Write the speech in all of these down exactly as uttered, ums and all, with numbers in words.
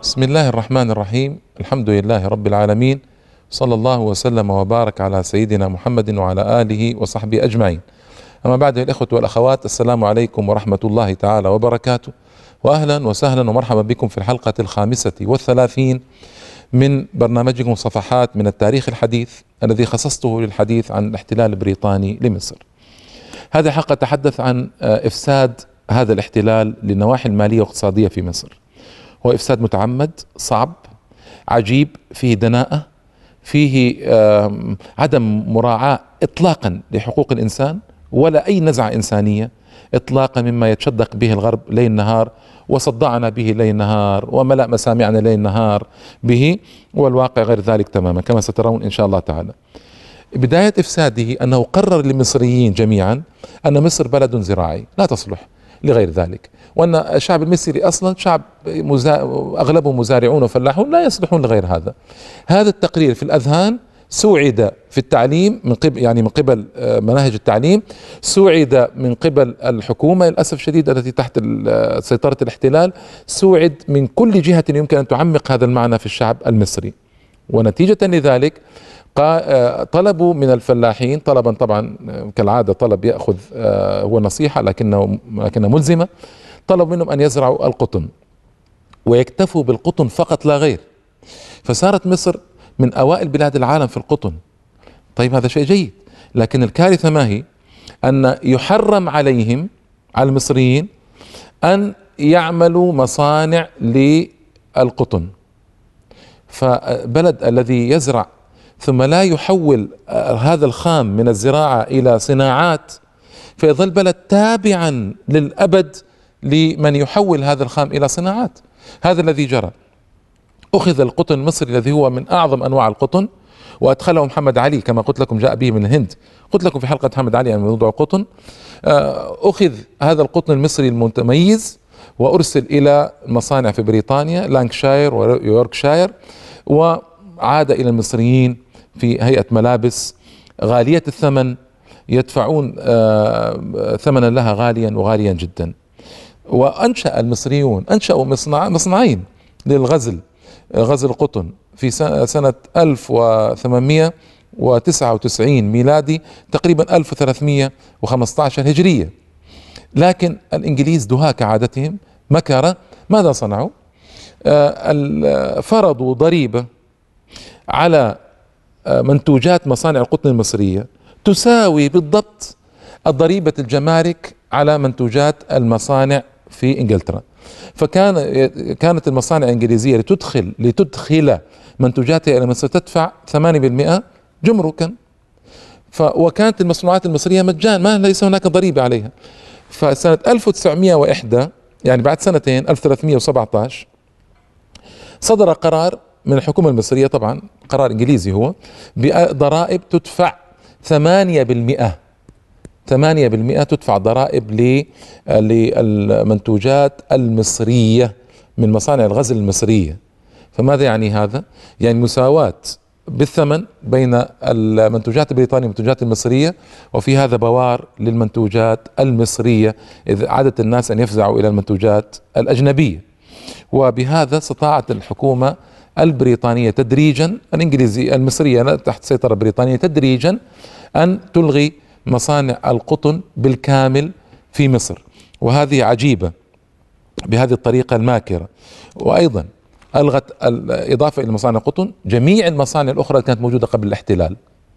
بسم الله الرحمن الرحيم. الحمد لله رب العالمين، صلى الله وسلم وبارك على سيدنا محمد وعلى آله وصحبه أجمعين. أما بعد، الإخوة والأخوات، السلام عليكم ورحمة الله تعالى وبركاته، وأهلا وسهلا ومرحبا بكم في الحلقة الخامسة والثلاثين من برنامجكم صفحات من التاريخ الحديث، الذي خصصته للحديث عن الاحتلال البريطاني لمصر. هذه الحلقة تحدث عن إفساد هذا الاحتلال للنواحي المالية والاقتصادية في مصر. هو إفساد متعمد، صعب، عجيب، فيه دناءة، فيه عدم مراعاة إطلاقا لحقوق الإنسان ولا أي نزعة إنسانية إطلاقا، مما يتشدق به الغرب ليل نهار وصدعنا به ليل نهار وملأ مسامعنا ليل نهار به، والواقع غير ذلك تماما كما سترون إن شاء الله تعالى. بداية إفساده أنه قرر للمصريين جميعا أن مصر بلد زراعي لا تصلح لغير ذلك، وأن الشعب المصري أصلا شعب مزا... أغلبه مزارعون وفلاحون لا يصلحون لغير هذا. هذا التقرير في الأذهان سوعد في التعليم من قبل، يعني من قبل مناهج التعليم، سوعد من قبل الحكومة للأسف الشديد التي تحت سيطرة الاحتلال، سوعد من كل جهة يمكن أن تعمق هذا المعنى في الشعب المصري. ونتيجة لذلك طلبوا من الفلاحين طلبا، طبعا كالعادة طلب يأخذ هو نصيحة لكنه لكنها ملزمة، طلبوا منهم أن يزرعوا القطن ويكتفوا بالقطن فقط لا غير. فصارت مصر من أوائل بلاد العالم في القطن. طيب هذا شيء جيد، لكن الكارثة ما هي؟ أن يحرم عليهم، على المصريين، أن يعملوا مصانع للقطن. فبلد الذي يزرع ثم لا يحول هذا الخام من الزراعة إلى صناعات، فيظل بلد تابعا للأبد لمن يحول هذا الخام إلى صناعات. هذا الذي جرى. أخذ القطن المصري الذي هو من أعظم أنواع القطن وأدخله محمد علي، كما قلت لكم جاء به من الهند، قلت لكم في حلقة محمد علي عن موضوع القطن. أخذ هذا القطن المصري المتميز وأرسل إلى مصانع في بريطانيا، لانكشاير ويوركشاير، وعاد إلى المصريين في هيئة ملابس غالية الثمن، يدفعون ثمنا لها غاليا وغاليا جدا. وأنشأ المصريون أنشأوا مصنع مصنعين للغزل، غزل القطن، في سنة ألف وثمانمائة وتسعة وتسعين ميلادي، تقريبا ألف وثلاثمائة وخمسة عشر هجرية. لكن الإنجليز دهاة كعادتهم مكرة، ماذا صنعوا؟ فرضوا ضريبة على منتوجات مصانع القطن المصرية تساوي بالضبط الضريبة الجمارك على منتوجات المصانع في إنجلترا. فكان كانت المصانع الإنجليزية لتدخل لتدخل منتوجاتها إلى مصر تدفع ثمانية بالمئة جمركا، وكانت المصنوعات المصرية مجان، ما ليس هناك ضريبة عليها. فسنة ألف وتسعمائة وواحد، يعني بعد سنتين، ألف وثلاثمائة وسبعة عشر، صدر قرار من الحكومة المصرية، طبعا قرار إنجليزي هو، بضرائب تدفع ثمانية بالمئة ثمانية بالمئة تدفع ضرائب للمنتوجات المصرية من مصانع الغزل المصرية. فماذا يعني هذا؟ يعني مساواة بالثمن بين المنتوجات البريطانية والمنتوجات المصرية، وفي هذا بوار للمنتوجات المصرية إذ عادت الناس أن يفزعوا إلى المنتوجات الأجنبية. وبهذا استطاعت الحكومة البريطانية تدريجا، الإنجليزية المصرية تحت سيطرة بريطانية، تدريجا أن تلغي مصانع القطن بالكامل في مصر. وهذه عجيبة بهذه الطريقة الماكرة. وأيضا ألغت، إضافة إلى مصانع القطن، جميع المصانع الأخرى كانت موجودة قبل الاحتلال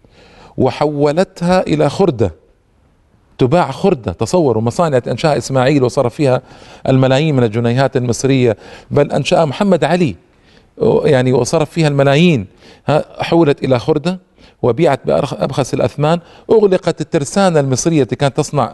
وحولتها إلى خردة، تباع خردة. تصوروا مصانع أنشأها إسماعيل وصرف فيها الملايين من الجنيهات المصرية، بل أنشأها محمد علي يعني وصرف فيها الملايين، حولت إلى خردة وبيعت بأبخس الأثمان. أغلقت الترسانة المصرية التي كانت تصنع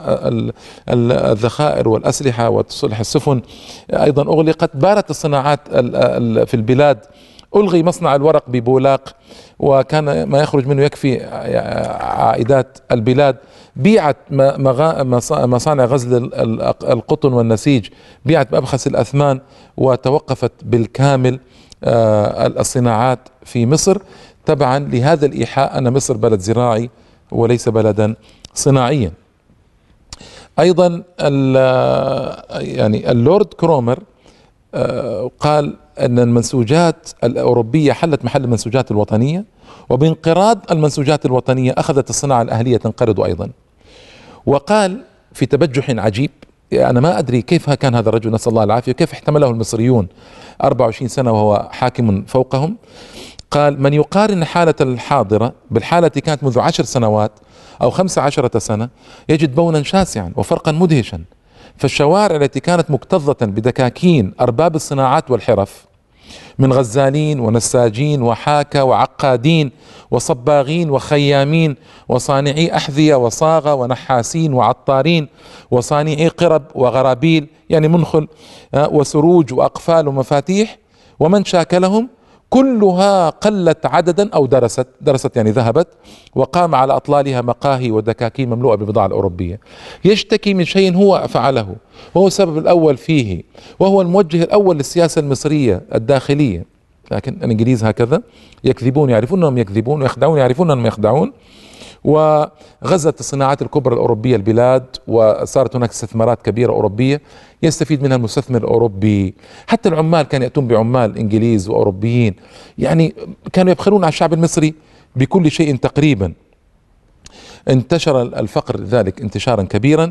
الذخائر والأسلحة وتصلح السفن، أيضا أغلقت. بارت الصناعات في البلاد، ألغي مصنع الورق ببولاق وكان ما يخرج منه يكفي عائدات البلاد. بيعت مصانع غزل القطن والنسيج، بيعت بأبخس الأثمان، وتوقفت بالكامل الصناعات في مصر، تبعا لهذا الإيحاء أن مصر بلد زراعي وليس بلدا صناعيا. أيضا يعني اللورد كرومر قال أن المنسوجات الأوروبية حلت محل المنسوجات الوطنية، وبانقراض المنسوجات الوطنية أخذت الصناعة الأهلية تنقرض أيضا. وقال في تبجح عجيب، أنا ما أدري كيف كان هذا الرجل نسأل الله العافية، كيف احتمله المصريون أربعة وعشرين سنة وهو حاكم فوقهم. قال: من يقارن الحالة الحاضرة بالحالة التي كانت منذ عشر سنوات أو خمس عشرة سنة يجد بونا شاسعا وفرقا مدهشا. فالشوارع التي كانت مكتظة بدكاكين أرباب الصناعات والحرف من غزالين ونساجين وحاكة وعقادين وصباغين وخيامين وصانعي أحذية وصاغة ونحاسين وعطارين وصانعي قرب وغرابيل، يعني منخل وسروج وأقفال ومفاتيح، ومن شاكلهم كلها قلت عددا أو درست درست يعني ذهبت، وقام على أطلالها مقاهي ودكاكين مملوءة بالبضاعة الأوروبية. يشتكي من شيء هو فعله، وهو السبب الأول فيه، وهو الموجه الأول للسياسة المصرية الداخلية. لكن الإنجليز هكذا يكذبون يعرفون أنهم يكذبون، ويخدعون يعرفون أنهم يخدعون. وغزت الصناعات الكبرى الأوروبية البلاد، وصارت هناك استثمارات كبيرة أوروبية يستفيد منها المستثمر الأوروبي. حتى العمال كانوا يأتون بعمال إنجليز وأوروبيين، يعني كانوا يبخلون على الشعب المصري بكل شيء تقريبا. انتشر الفقر ذلك انتشارا كبيرا،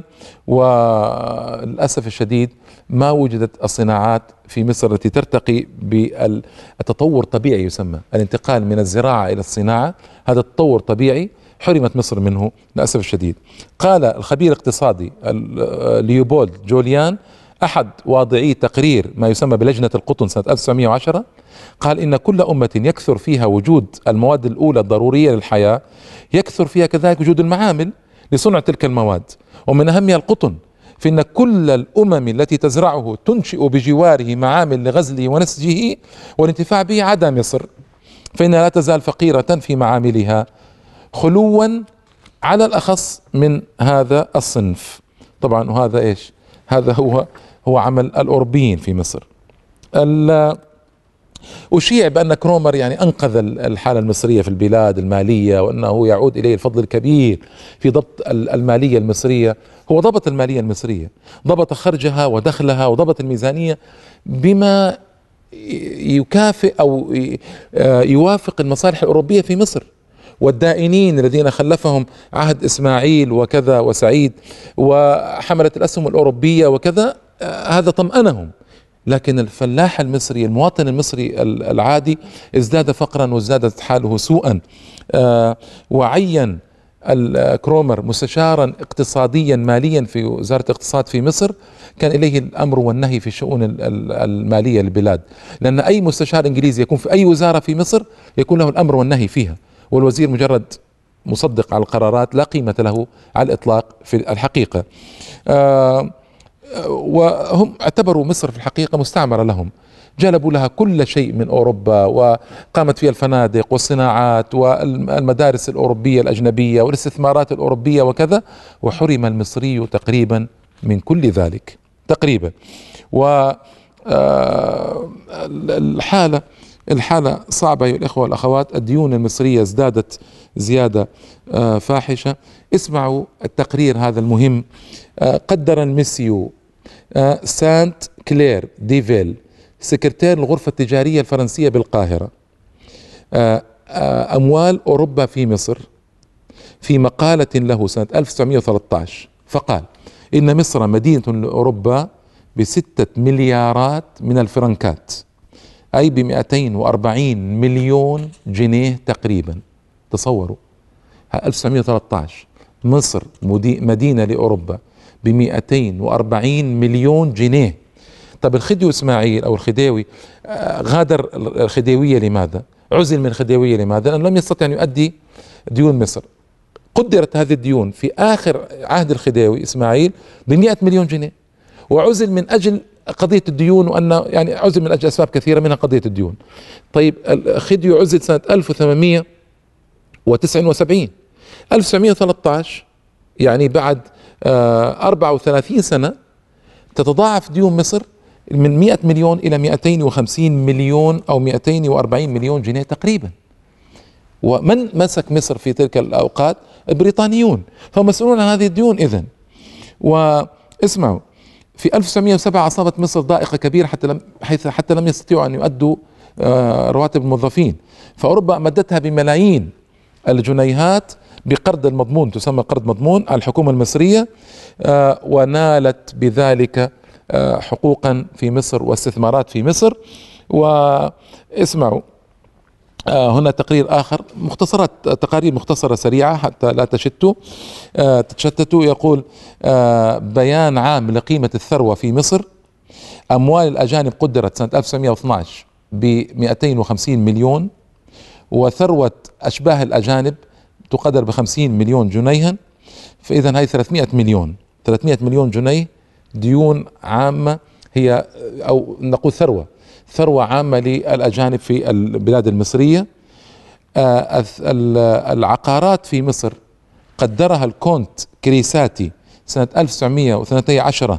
وللأسف الشديد ما وجدت الصناعات في مصر التي ترتقي بالتطور الطبيعي، يسمى الانتقال من الزراعة إلى الصناعة. هذا التطور طبيعي حرمت مصر منه للأسف الشديد. قال الخبير الاقتصادي ليوبولد جوليان، أحد واضعي تقرير ما يسمى بلجنة القطن سنة ألف وتسعمائة وعشرة، قال: إن كل أمة يكثر فيها وجود المواد الأولى الضرورية للحياة يكثر فيها كذلك وجود المعامل لصنع تلك المواد، ومن أهمها القطن، فإن كل الأمم التي تزرعه تنشئ بجواره معامل لغزله ونسجه والانتفاع به عدا مصر، فإنها لا تزال فقيرة في معاملها، خلوا على الأخص من هذا الصنف. طبعا وهذا إيش؟ هذا هو هو عمل الأوروبيين في مصر. أشيع بأن كرومر يعني أنقذ الحالة المصرية في البلاد المالية، وأنه يعود إليه الفضل الكبير في ضبط المالية المصرية. هو ضبط المالية المصرية، ضبط خرجها ودخلها، وضبط الميزانية بما يكافئ أو يوافق المصالح الأوروبية في مصر، والدائنين الذين خلفهم عهد إسماعيل وكذا وسعيد وحملة الأسهم الأوروبية وكذا، هذا طمأنهم. لكن الفلاح المصري، المواطن المصري العادي، ازداد فقرا وازدادت حاله سوءا. آه وعين كرومر مستشارا اقتصاديا ماليا في وزارة الاقتصاد في مصر، كان إليه الأمر والنهي في الشؤون المالية للبلاد، لأن أي مستشار إنجليزي يكون في أي وزارة في مصر يكون له الأمر والنهي فيها، والوزير مجرد مصدق على القرارات لا قيمة له على الإطلاق في الحقيقة. آه وهم اعتبروا مصر في الحقيقة مستعمرة لهم، جلبوا لها كل شيء من أوروبا، وقامت فيها الفنادق والصناعات والمدارس الأوروبية الأجنبية والاستثمارات الأوروبية وكذا، وحرم المصري تقريبا من كل ذلك تقريبا. والحالة الحالة صعبة أيها الإخوة والأخوات. الديون المصرية ازدادت زيادة فاحشة. اسمعوا التقرير هذا المهم. قدر المسيو سانت كلير ديفيل سكرتير الغرفة التجارية الفرنسية بالقاهرة أموال أوروبا في مصر في مقالة له سنة ألف وتسعمائة وثلاثة عشر، فقال: إن مصر مدينة لأوروبا بستة مليارات من الفرنكات، أي بمئتين وأربعين مليون جنيه تقريبا. تصوروا ألف وتسعمائة وثلاثة عشر مصر مدينة لأوروبا بمئتين وأربعين مليون جنيه. طب الخديوي إسماعيل أو الخديوي غادر الخديوية لماذا؟ عزل من الخديوية لماذا؟ لأنه لم يستطع أن يؤدي ديون مصر. قدرت هذه الديون في آخر عهد الخديوي إسماعيل بمئة مليون جنيه، وعزل من أجل قضية الديون، وأنه يعني عزل من أجل أسباب كثيرة منها قضية الديون. طيب الخديوي عزل سنة ألف وثمانمائة وتسعة وسبعين، ألف وتسعمائة وثلاثة عشر يعني بعد أربعة وثلاثين سنة تتضاعف ديون مصر من مئة مليون إلى مئتين وخمسين مليون أو مئتين وأربعين مليون جنيه تقريبا. ومن مسك مصر في تلك الأوقات؟ البريطانيون، فهم مسؤولون عن هذه الديون إذن. واسمعوا، في ألف وتسعمئة وسبعة أصابت مصر ضائقة كبيرة حتى لم حيث حتى لم يستطيعوا أن يؤدوا آه، رواتب الموظفين، فأوروبا أمدتها بملايين الجنيهات بقرض المضمون، تسمى قرض مضمون على الحكومة المصرية، آه، ونالت بذلك آه، حقوقا في مصر واستثمارات في مصر. واسمعوا آه، هنا تقرير آخر، مختصرات تقارير مختصرة سريعة حتى لا تشتوا آه، تتشتتوا. يقول آه، بيان عام لقيمة الثروة في مصر: أموال الأجانب قدرت سنة ألف وتسعمئة واثني عشر ب مئتين وخمسين مليون، وثروة أشباه الأجانب تقدر ب خمسين مليون جنيها. فإذا هي ثلاثمئة مليون، ثلاثمئة مليون جنيه ديون عامة، هي أو نقول ثروة ثروة عامة للأجانب في البلاد المصرية. آه، العقارات في مصر قدرها الكونت كريساتي سنة ألف وتسعمئة واثني عشر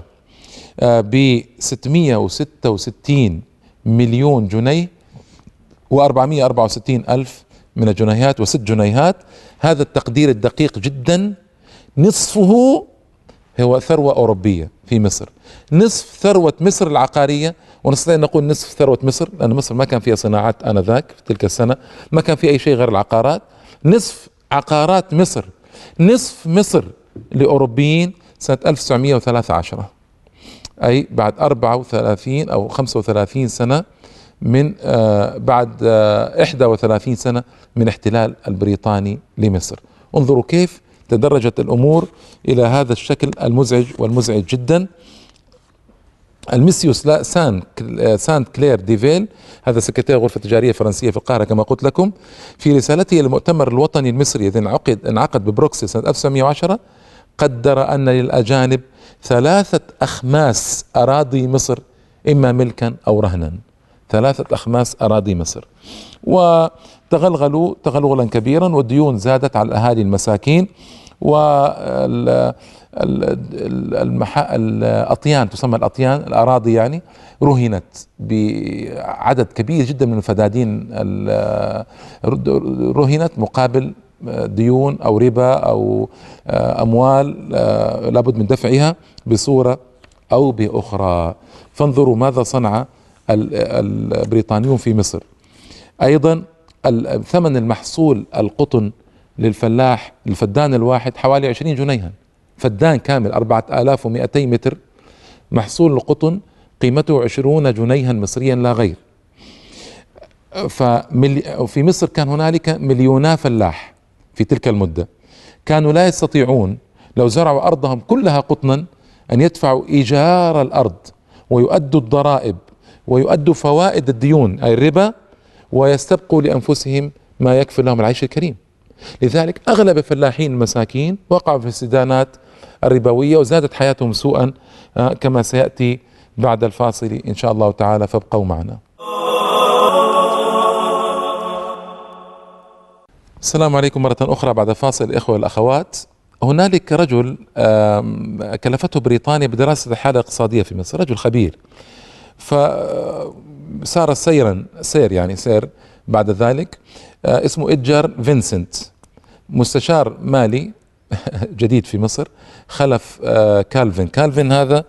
ب ستمئة وستة وستين مليون جنيه وأربعمئة وأربعة وستين ألف من الجنيهات وست جنيهات. هذا التقدير الدقيق جدا، نصفه هو ثروة أوروبية في مصر، نصف ثروة مصر العقارية، ونستطيع أن نقول نصف ثروة مصر لأن مصر ما كان فيها صناعات آنذاك في تلك السنة، ما كان في أي شيء غير العقارات. نصف عقارات مصر، نصف مصر لأوروبيين سنة ألف وتسعمئة وثلاثة عشر، أي بعد أربعة وثلاثين أو خمسة وثلاثين سنة من آه بعد آه إحدى وثلاثين سنة من احتلال البريطاني لمصر. انظروا كيف تدرجت الأمور إلى هذا الشكل المزعج والمزعج جدا. المسيوس لا سان سان كلير ديفيل، هذا سكرتير غرفة تجارية فرنسية في القاهرة كما قلت لكم، في رسالته للمؤتمر الوطني المصري الذي انعقد انعقد ببروكسل سنة ألف وتسعمئة وعشرة، قدر أن للأجانب ثلاثة أخماس أراضي مصر إما ملكا أو رهنا، ثلاثة أخماس أراضي مصر. وتغلغلوا تغلغلا كبيرا، والديون زادت على الأهالي المساكين، والأطيان تسمى الأطيان الأراضي يعني رهنت بعدد كبير جدا من الفدادين، رهنت مقابل ديون أو ربا أو أموال لابد من دفعها بصورة أو بأخرى. فانظروا ماذا صنع البريطانيون في مصر. أيضا ثمن المحصول القطن للفلاح الفدان الواحد حوالي عشرين جنيها، فدان كامل أربعة آلاف ومئتين متر محصول القطن قيمته عشرون جنيها مصريا لا غير. ففي مصر كان هنالك مليونا فلاح في تلك المدة، كانوا لا يستطيعون لو زرعوا أرضهم كلها قطنا أن يدفعوا إيجار الأرض ويؤدوا الضرائب ويؤدوا فوائد الديون أي الربا، ويستبقوا لأنفسهم ما يكفي لهم العيش الكريم. لذلك أغلب الفلاحين المساكين وقعوا في السدانات الربوية وزادت حياتهم سوءا كما سيأتي بعد الفاصل إن شاء الله تعالى، فابقوا معنا. السلام عليكم مرة أخرى بعد فاصل الإخوة والأخوات. هنالك رجل كلفته بريطانيا بدراسة الحالة الاقتصادية في مصر، رجل خبير، فصار سيرا سير يعني سير بعد ذلك، اسمه إدجار فينسنت، مستشار مالي جديد في مصر، خلف كالفن. كالفن هذا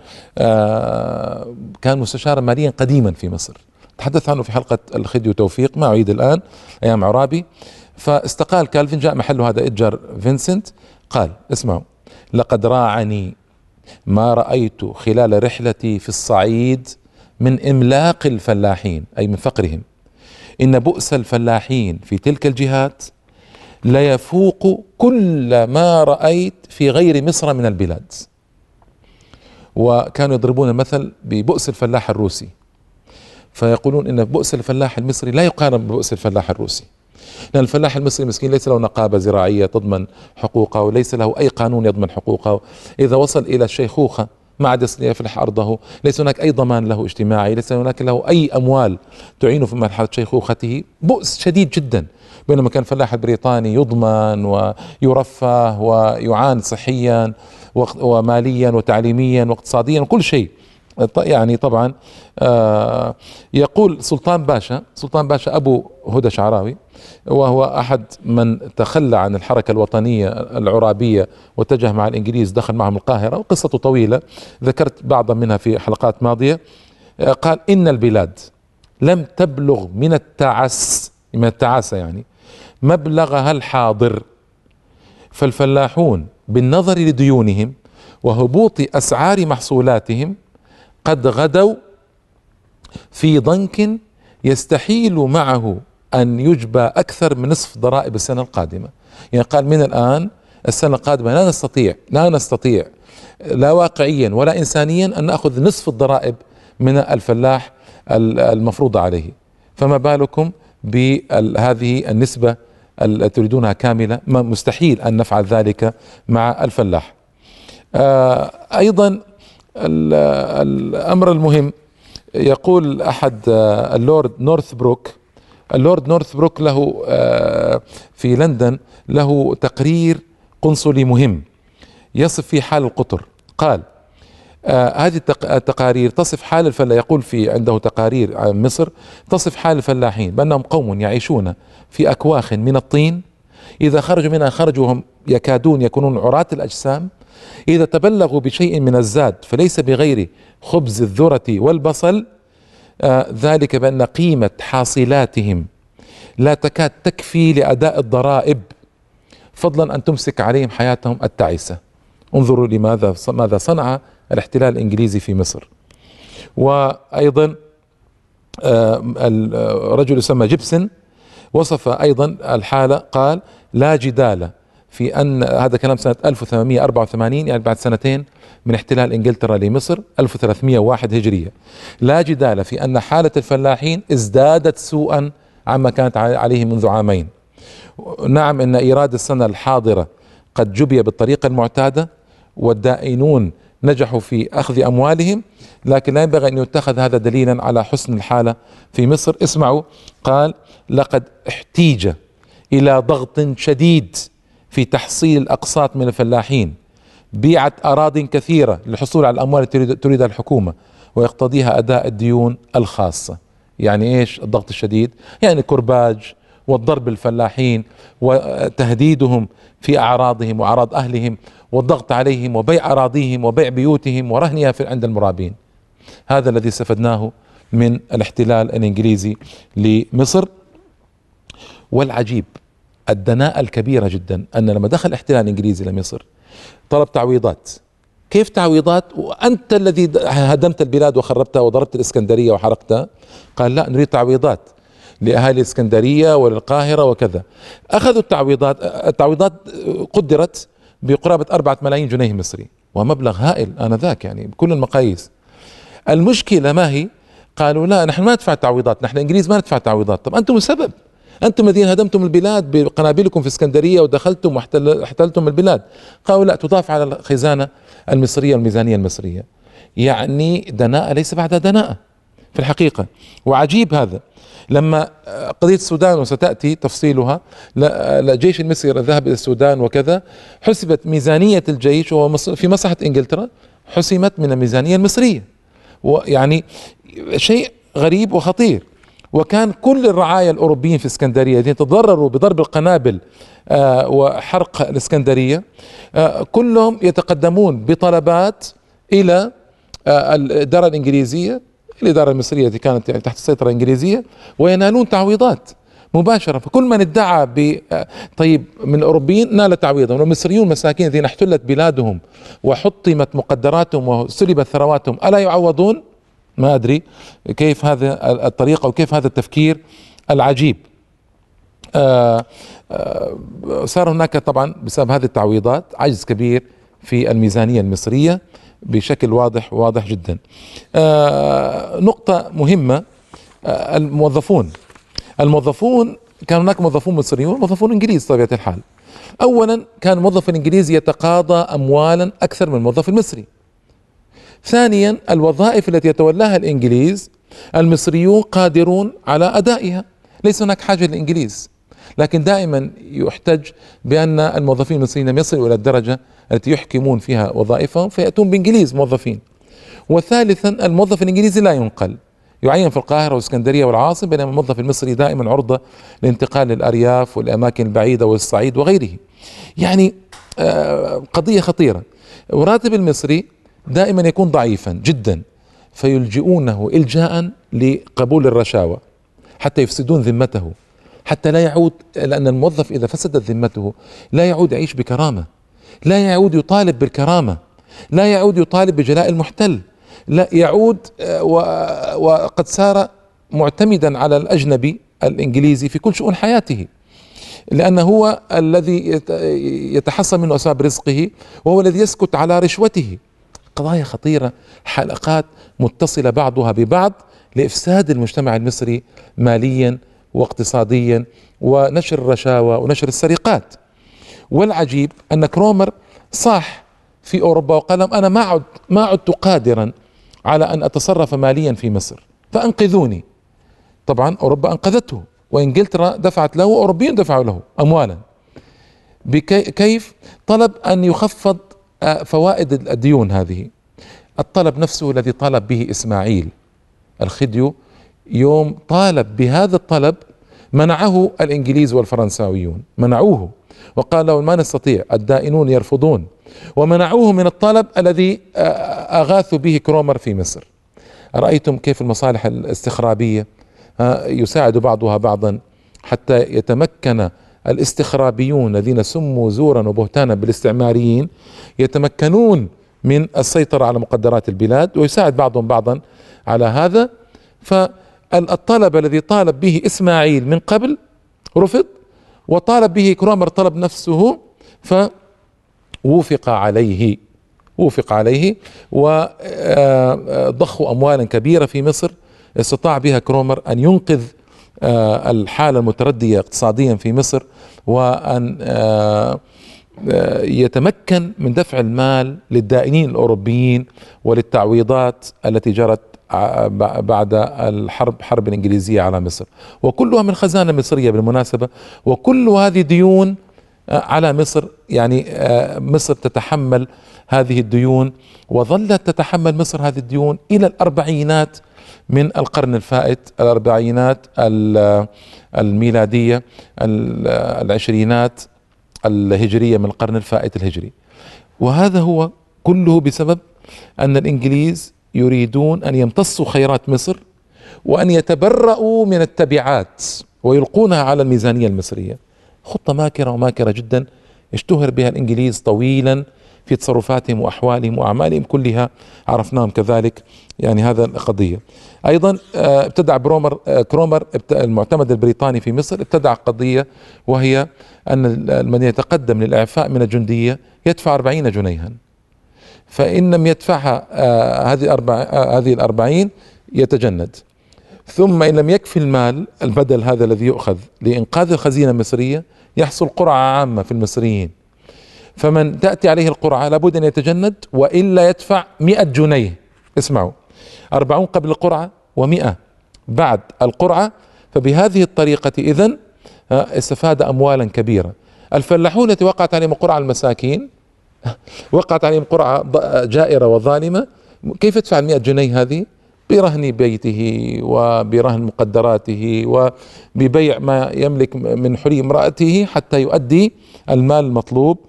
كان مستشارا ماليا قديما في مصر، تحدث عنه في حلقة الخدي وتوفيق، ما أعيد الآن، أيام عرابي. فاستقال كالفن، جاء محله هذا إدجار فينسنت. قال اسمعوا: لقد راعني ما رأيت خلال رحلتي في الصعيد من إملاق الفلاحين أي من فقرهم، إن بؤس الفلاحين في تلك الجهات لا يفوق كل ما رأيت في غير مصر من البلاد. وكانوا يضربون المثل ببؤس الفلاح الروسي، فيقولون إن بؤس الفلاح المصري لا يقارن ببؤس الفلاح الروسي، لأن الفلاح المصري مسكين ليس له نقابة زراعية تضمن حقوقه، وليس له أي قانون يضمن حقوقه. إذا وصل إلى الشيخوخة ما عاد يستطيع يفلح أرضه، ليس هناك أي ضمان له اجتماعي، ليس هناك له أي أموال تعينه في مرحلة شيخوخته، بؤس شديد جدا. بينما كان الفلاح البريطاني يضمن ويرفه ويعان صحيا وماليا وتعليميا واقتصاديا وكل شيء. يعني طبعا آه يقول سلطان باشا، سلطان باشا أبو هدى شعراوي، وهو أحد من تخلى عن الحركة الوطنية العرابية واتجه مع الإنجليز، دخل معهم القاهرة، وقصته طويلة ذكرت بعضا منها في حلقات ماضية. آه قال إن البلاد لم تبلغ من التعس، من التعاسة يعني، مبلغها الحاضر، فالفلاحون بالنظر لديونهم وهبوط أسعار محصولاتهم قد غدوا في ضنك يستحيل معه أن يجبى أكثر من نصف ضرائب السنة القادمة. يعني قال من الآن السنة القادمة لا نستطيع لا نستطيع لا واقعيا ولا إنسانيا أن نأخذ نصف الضرائب من الفلاح المفروضة عليه، فما بالكم بهذه النسبة التي تريدونها كاملة؟ مستحيل أن نفعل ذلك مع الفلاح. أيضا الأمر المهم، يقول أحد اللورد نورثبروك، اللورد نورثبروك له في لندن له تقرير قنصلي مهم يصف فيه حال القطر. قال آه هذه التقارير تصف حال الفلاح، يقول في عنده تقارير عن مصر تصف حال الفلاحين بأنهم قوم يعيشون في أكواخ من الطين، إذا خرجوا منها خرجوا وهم يكادون يكونون عراة الأجسام، إذا تبلغوا بشيء من الزاد فليس بغير خبز الذرة والبصل، آه ذلك بأن قيمة حاصلاتهم لا تكاد تكفي لأداء الضرائب، فضلا أن تمسك عليهم حياتهم التعيسة. انظروا لماذا ماذا صنع الاحتلال الإنجليزي في مصر. وأيضا الرجل يسمى جيبسون وصف أيضا الحالة، قال لا جدال في أن، هذا كلام سنة ألف وثمانمئة وأربعة وثمانين يعني بعد سنتين من احتلال إنجلترا لمصر ألف وثلاثمئة وواحد هجرية، لا جدال في أن حالة الفلاحين ازدادت سوءا عما كانت عليه منذ عامين. نعم إن إيراد السنة الحاضرة قد جبي بالطريقة المعتادة والدائنون نجحوا في أخذ أموالهم، لكن لا ينبغي أن يتخذ هذا دليلا على حسن الحالة في مصر. اسمعوا، قال لقد احتيج إلى ضغط شديد في تحصيل الأقساط من الفلاحين، بيعت أراضٍ كثيرة للحصول على الأموال التي تريدها الحكومة ويقتضيها أداء الديون الخاصة. يعني إيش الضغط الشديد؟ يعني كرباج والضرب الفلاحين وتهديدهم في أعراضهم وأعراض أهلهم والضغط عليهم وبيع أراضيهم وبيع بيوتهم ورهنها في عند المرابين. هذا الذي استفدناه من الاحتلال الإنجليزي لمصر. والعجيب الدناءة الكبيرة جدا أن لما دخل الاحتلال الإنجليزي لمصر طلب تعويضات. كيف تعويضات وأنت الذي هدمت البلاد وخربتها وضربت الإسكندرية وحرقتها؟ قال لا، نريد تعويضات لأهالي الإسكندرية وللقاهرة وكذا. أخذوا التعويضات، التعويضات قدرت بقرابة أربعة ملايين جنيه مصري، ومبلغ هائل آنذاك يعني بكل المقاييس. المشكلة ما هي؟ قالوا لا، نحن ما ندفع تعويضات، نحن الإنجليز ما ندفع تعويضات. طب أنتم السبب، أنتم الذين هدمتم البلاد بقنابلكم في اسكندرية ودخلتم واحتلتم البلاد. قالوا لا، تضاف على الخزانة المصرية والميزانية المصرية. يعني دناءة ليس بعدها دناءة في الحقيقة. وعجيب هذا، لما قضية السودان وستأتي تفصيلها، الجيش المصري ذهب إلى السودان وكذا، حسبت ميزانية الجيش وهو في مصلحة إنجلترا حسمت من الميزانية المصرية، ويعني شيء غريب وخطير. وكان كل الرعايا الأوروبيين في اسكندرية الذين تضرروا بضرب القنابل آه وحرق الإسكندرية آه كلهم يتقدمون بطلبات إلى آه الإدارة الإنجليزية، الإدارة المصرية التي كانت يعني تحت السيطرة الإنجليزية، وينالون تعويضات مباشرة. فكل من ادعى ب طيب من الأوروبيين نال تعويضا، والمصريون مساكين الذين احتلت بلادهم وحطمت مقدراتهم وسلبت ثرواتهم ألا يعوضون؟ ما أدري كيف هذا الطريقة وكيف هذا التفكير العجيب. آآ آآ صار هناك طبعا بسبب هذه التعويضات عجز كبير في الميزانية المصرية بشكل واضح واضح جدا. نقطة مهمة، الموظفون الموظفون كان هناك موظفون مصريون وموظفون انجليز طبيعة الحال. اولا كان الموظف الانجليزي يتقاضى اموالا اكثر من الموظف المصري. ثانيا الوظائف التي يتولاها الانجليز المصريون قادرون على ادائها، ليس هناك حاجة للانجليز، لكن دائما يحتج بان الموظفين المصريين لم يصلوا الى الدرجة التي يحكمون فيها وظائفهم فيأتون بانجليز موظفين. وثالثا الموظف الإنجليزي لا ينقل، يعين في القاهرة والإسكندرية والعاصمة، بينما الموظف المصري دائما عرضة للانتقال للأرياف والأماكن البعيدة والصعيد وغيره. يعني قضية خطيرة. وراتب المصري دائما يكون ضعيفا جدا، فيلجئونه إلجاء لقبول الرشاوى حتى يفسدون ذمته، حتى لا يعود، لأن الموظف إذا فسدت ذمته لا يعود يعيش بكرامة، لا يعود يطالب بالكرامة، لا يعود يطالب بجلاء المحتل، لا يعود وقد صار معتمدا على الأجنبي الإنجليزي في كل شؤون حياته، لأنه هو الذي يتحصل منه أسباب رزقه، وهو الذي يسكت على رشوته. قضايا خطيرة، حلقات متصلة بعضها ببعض لإفساد المجتمع المصري ماليا واقتصاديا، ونشر الرشاوى ونشر السرقات. والعجيب أن كرومر صاح في أوروبا وقال لهم أنا ما عد ما عدت قادرا على أن أتصرف ماليا في مصر فأنقذوني. طبعا أوروبا أنقذته، وإنجلترا دفعت له، وأوروبيون دفعوا له أموالا. كيف؟ طلب أن يخفض فوائد الديون هذه. الطلب نفسه الذي طالب به إسماعيل الخديو، يوم طالب بهذا الطلب منعه الإنجليز والفرنساويون، منعوه وقال له ما نستطيع، الدائنون يرفضون، ومنعوه من الطلب الذي أغاثوا به كرومر في مصر. رأيتم كيف المصالح الاستخرابية يساعد بعضها بعضا حتى يتمكن الاستخرابيون الذين سموا زورا وبهتانا بالاستعماريين يتمكنون من السيطرة على مقدرات البلاد، ويساعد بعضهم بعضا على هذا. فالطلب الذي طالب به إسماعيل من قبل رفض، وطالب به كرومر طلب نفسه فوافق عليه، وافق عليه وضخوا أموالا كبيرة في مصر استطاع بها كرومر أن ينقذ الحالة المتردية اقتصاديا في مصر، وأن يتمكن من دفع المال للدائنين الأوروبيين وللتعويضات التي جرت بعد الحرب، حرب الإنجليزية على مصر، وكلها من خزانة مصرية بالمناسبة، وكل هذه ديون على مصر. يعني مصر تتحمل هذه الديون، وظلت تتحمل مصر هذه الديون إلى الأربعينات من القرن الفائت، الأربعينات الميلادية، العشرينات الهجرية من القرن الفائت الهجري. وهذا هو كله بسبب أن الإنجليز يريدون أن يمتصوا خيرات مصر وأن يتبرؤوا من التبعات ويلقونها على الميزانية المصرية. خطة ماكرة وماكرة جدا اشتهر بها الإنجليز طويلا في تصرفاتهم وأحوالهم وأعمالهم كلها، عرفناهم كذلك. يعني هذا القضية. أيضا ابتدع برومر كرومر المعتمد البريطاني في مصر ابتدع قضية، وهي أن من يتقدم للإعفاء من الجندية يدفع أربعين جنيها، فإن لم يدفعها هذه الأربع هذه الأربعين يتجند، ثم إن لم يكفي المال البدل هذا الذي يؤخذ لإنقاذ الخزينة المصرية يحصل قرعة عامة في المصريين، فمن تأتي عليه القرعة لابد أن يتجند وإلا يدفع مئة جنيه. اسمعوا، أربعون قبل القرعة ومئة بعد القرعة. فبهذه الطريقة إذن استفاد أموالا كبيرة. الفلاحون التي وقعت عليهم القرعة المساكين وقعت عليهم قرعة جائرة وظالمة، كيف يدفع المئة جنيه هذه؟ برهن بيته وبرهن مقدراته وببيع ما يملك من حلي امرأته حتى يؤدي المال المطلوب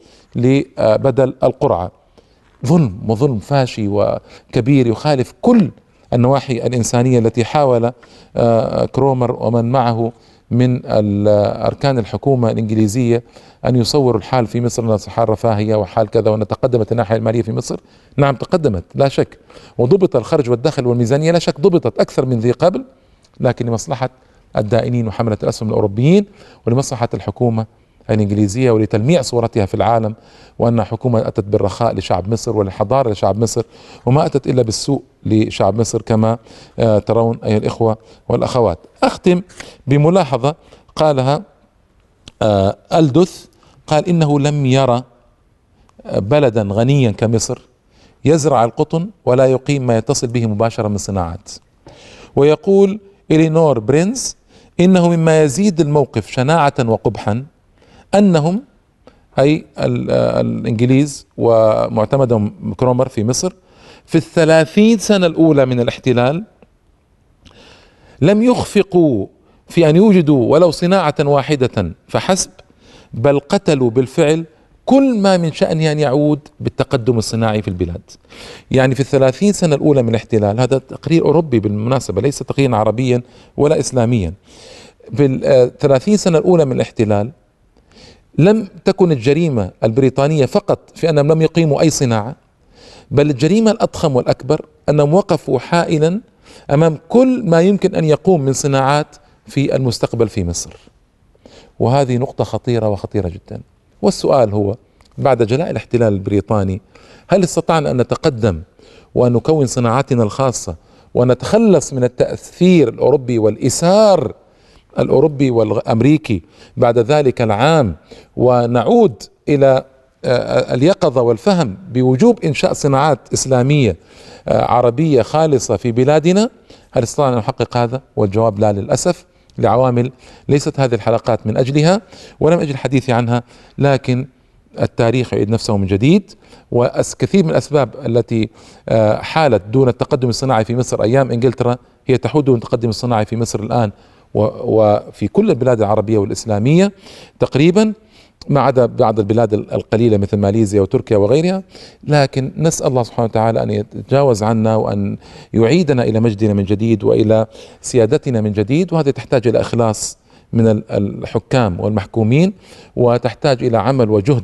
لبدل القرعة. ظلم، وظلم فاشي وكبير يخالف كل النواحي الإنسانية التي حاول كرومر ومن معه من أركان الحكومة الإنجليزية أن يصوروا الحال في مصر أنها حال رفاهية وحال كذا، وأن تقدمت الناحية المالية في مصر. نعم تقدمت لا شك، وضبط الخرج والدخل والميزانية لا شك ضبطت أكثر من ذي قبل، لكن لمصلحة الدائنين وحملة الأسهم الأوروبيين، ولمصلحة الحكومة الإنجليزية، ولتلميع صورتها في العالم، وأن حكومة أتت بالرخاء لشعب مصر والحضارة لشعب مصر، وما أتت إلا بالسوء لشعب مصر كما ترون أيها الإخوة والأخوات. أختم بملاحظة قالها ألدوث، قال إنه لم يرى بلدا غنيا كمصر يزرع القطن ولا يقيم ما يتصل به مباشرة من صناعات. ويقول إلينور برينز إنه مما يزيد الموقف شناعة وقبحا أنهم أي الإنجليز ومعتمدهم كرومر في مصر في الثلاثين سنة الأولى من الاحتلال لم يخفقوا في أن يوجدوا ولو صناعة واحدة فحسب، بل قتلوا بالفعل كل ما من شأنه أن يعود بالتقدم الصناعي في البلاد. يعني في الثلاثين سنة الأولى من الاحتلال، هذا تقرير أوروبي بالمناسبة ليس تقريرا عربيا ولا إسلاميا، في الثلاثين سنة الأولى من الاحتلال لم تكن الجريمة البريطانية فقط في أنهم لم يقيموا أي صناعة، بل الجريمة الأضخم والأكبر أنهم وقفوا حائلا أمام كل ما يمكن أن يقوم من صناعات في المستقبل في مصر. وهذه نقطة خطيرة وخطيرة جدا. والسؤال هو بعد جلاء الاحتلال البريطاني هل استطعنا أن نتقدم وأن نكون صناعاتنا الخاصة ونتخلص من التأثير الأوروبي والإيثار الأوروبي والأمريكي بعد ذلك العام، ونعود إلى اليقظة والفهم بوجوب إنشاء صناعات إسلامية عربية خالصة في بلادنا؟ هل استطعنا أن نحقق هذا؟ والجواب لا للأسف، لعوامل ليست هذه الحلقات من أجلها ولم أجل الحديث عنها، لكن التاريخ يعيد نفسه من جديد. وكثير من الأسباب التي حالت دون التقدم الصناعي في مصر أيام إنجلترا هي تحول دون التقدم الصناعي في مصر الآن وفي كل البلاد العربية والإسلامية تقريبا، ما عدا بعض البلاد القليلة مثل ماليزيا وتركيا وغيرها. لكن نسأل الله سبحانه وتعالى أن يتجاوز عنا وأن يعيدنا إلى مجدنا من جديد وإلى سيادتنا من جديد. وهذا تحتاج إلى إخلاص من الحكام والمحكومين، وتحتاج إلى عمل وجهد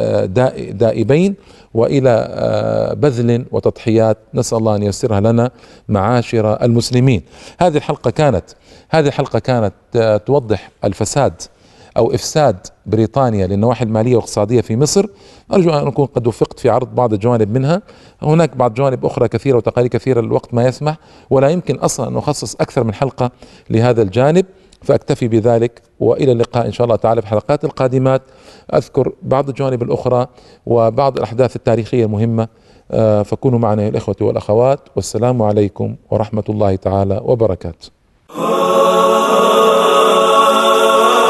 دائبين، وإلى بذل وتضحيات نسأل الله أن ييسرها لنا معاشر المسلمين. هذه الحلقة كانت هذه الحلقة كانت توضح الفساد أو إفساد بريطانيا للنواحي المالية والاقتصادية في مصر. أرجو أن أكون قد وفقت في عرض بعض الجوانب منها. هناك بعض جوانب أخرى كثيرة وتقارير كثيرة الوقت ما يسمح، ولا يمكن أصلا أن أخصص أكثر من حلقة لهذا الجانب، فأكتفي بذلك. وإلى اللقاء إن شاء الله تعالى في الحلقات القادمات، أذكر بعض الجوانب الأخرى وبعض الأحداث التاريخية المهمة. فكونوا معنا يا الإخوة والأخوات، والسلام عليكم ورحمة الله تعالى وبركاته.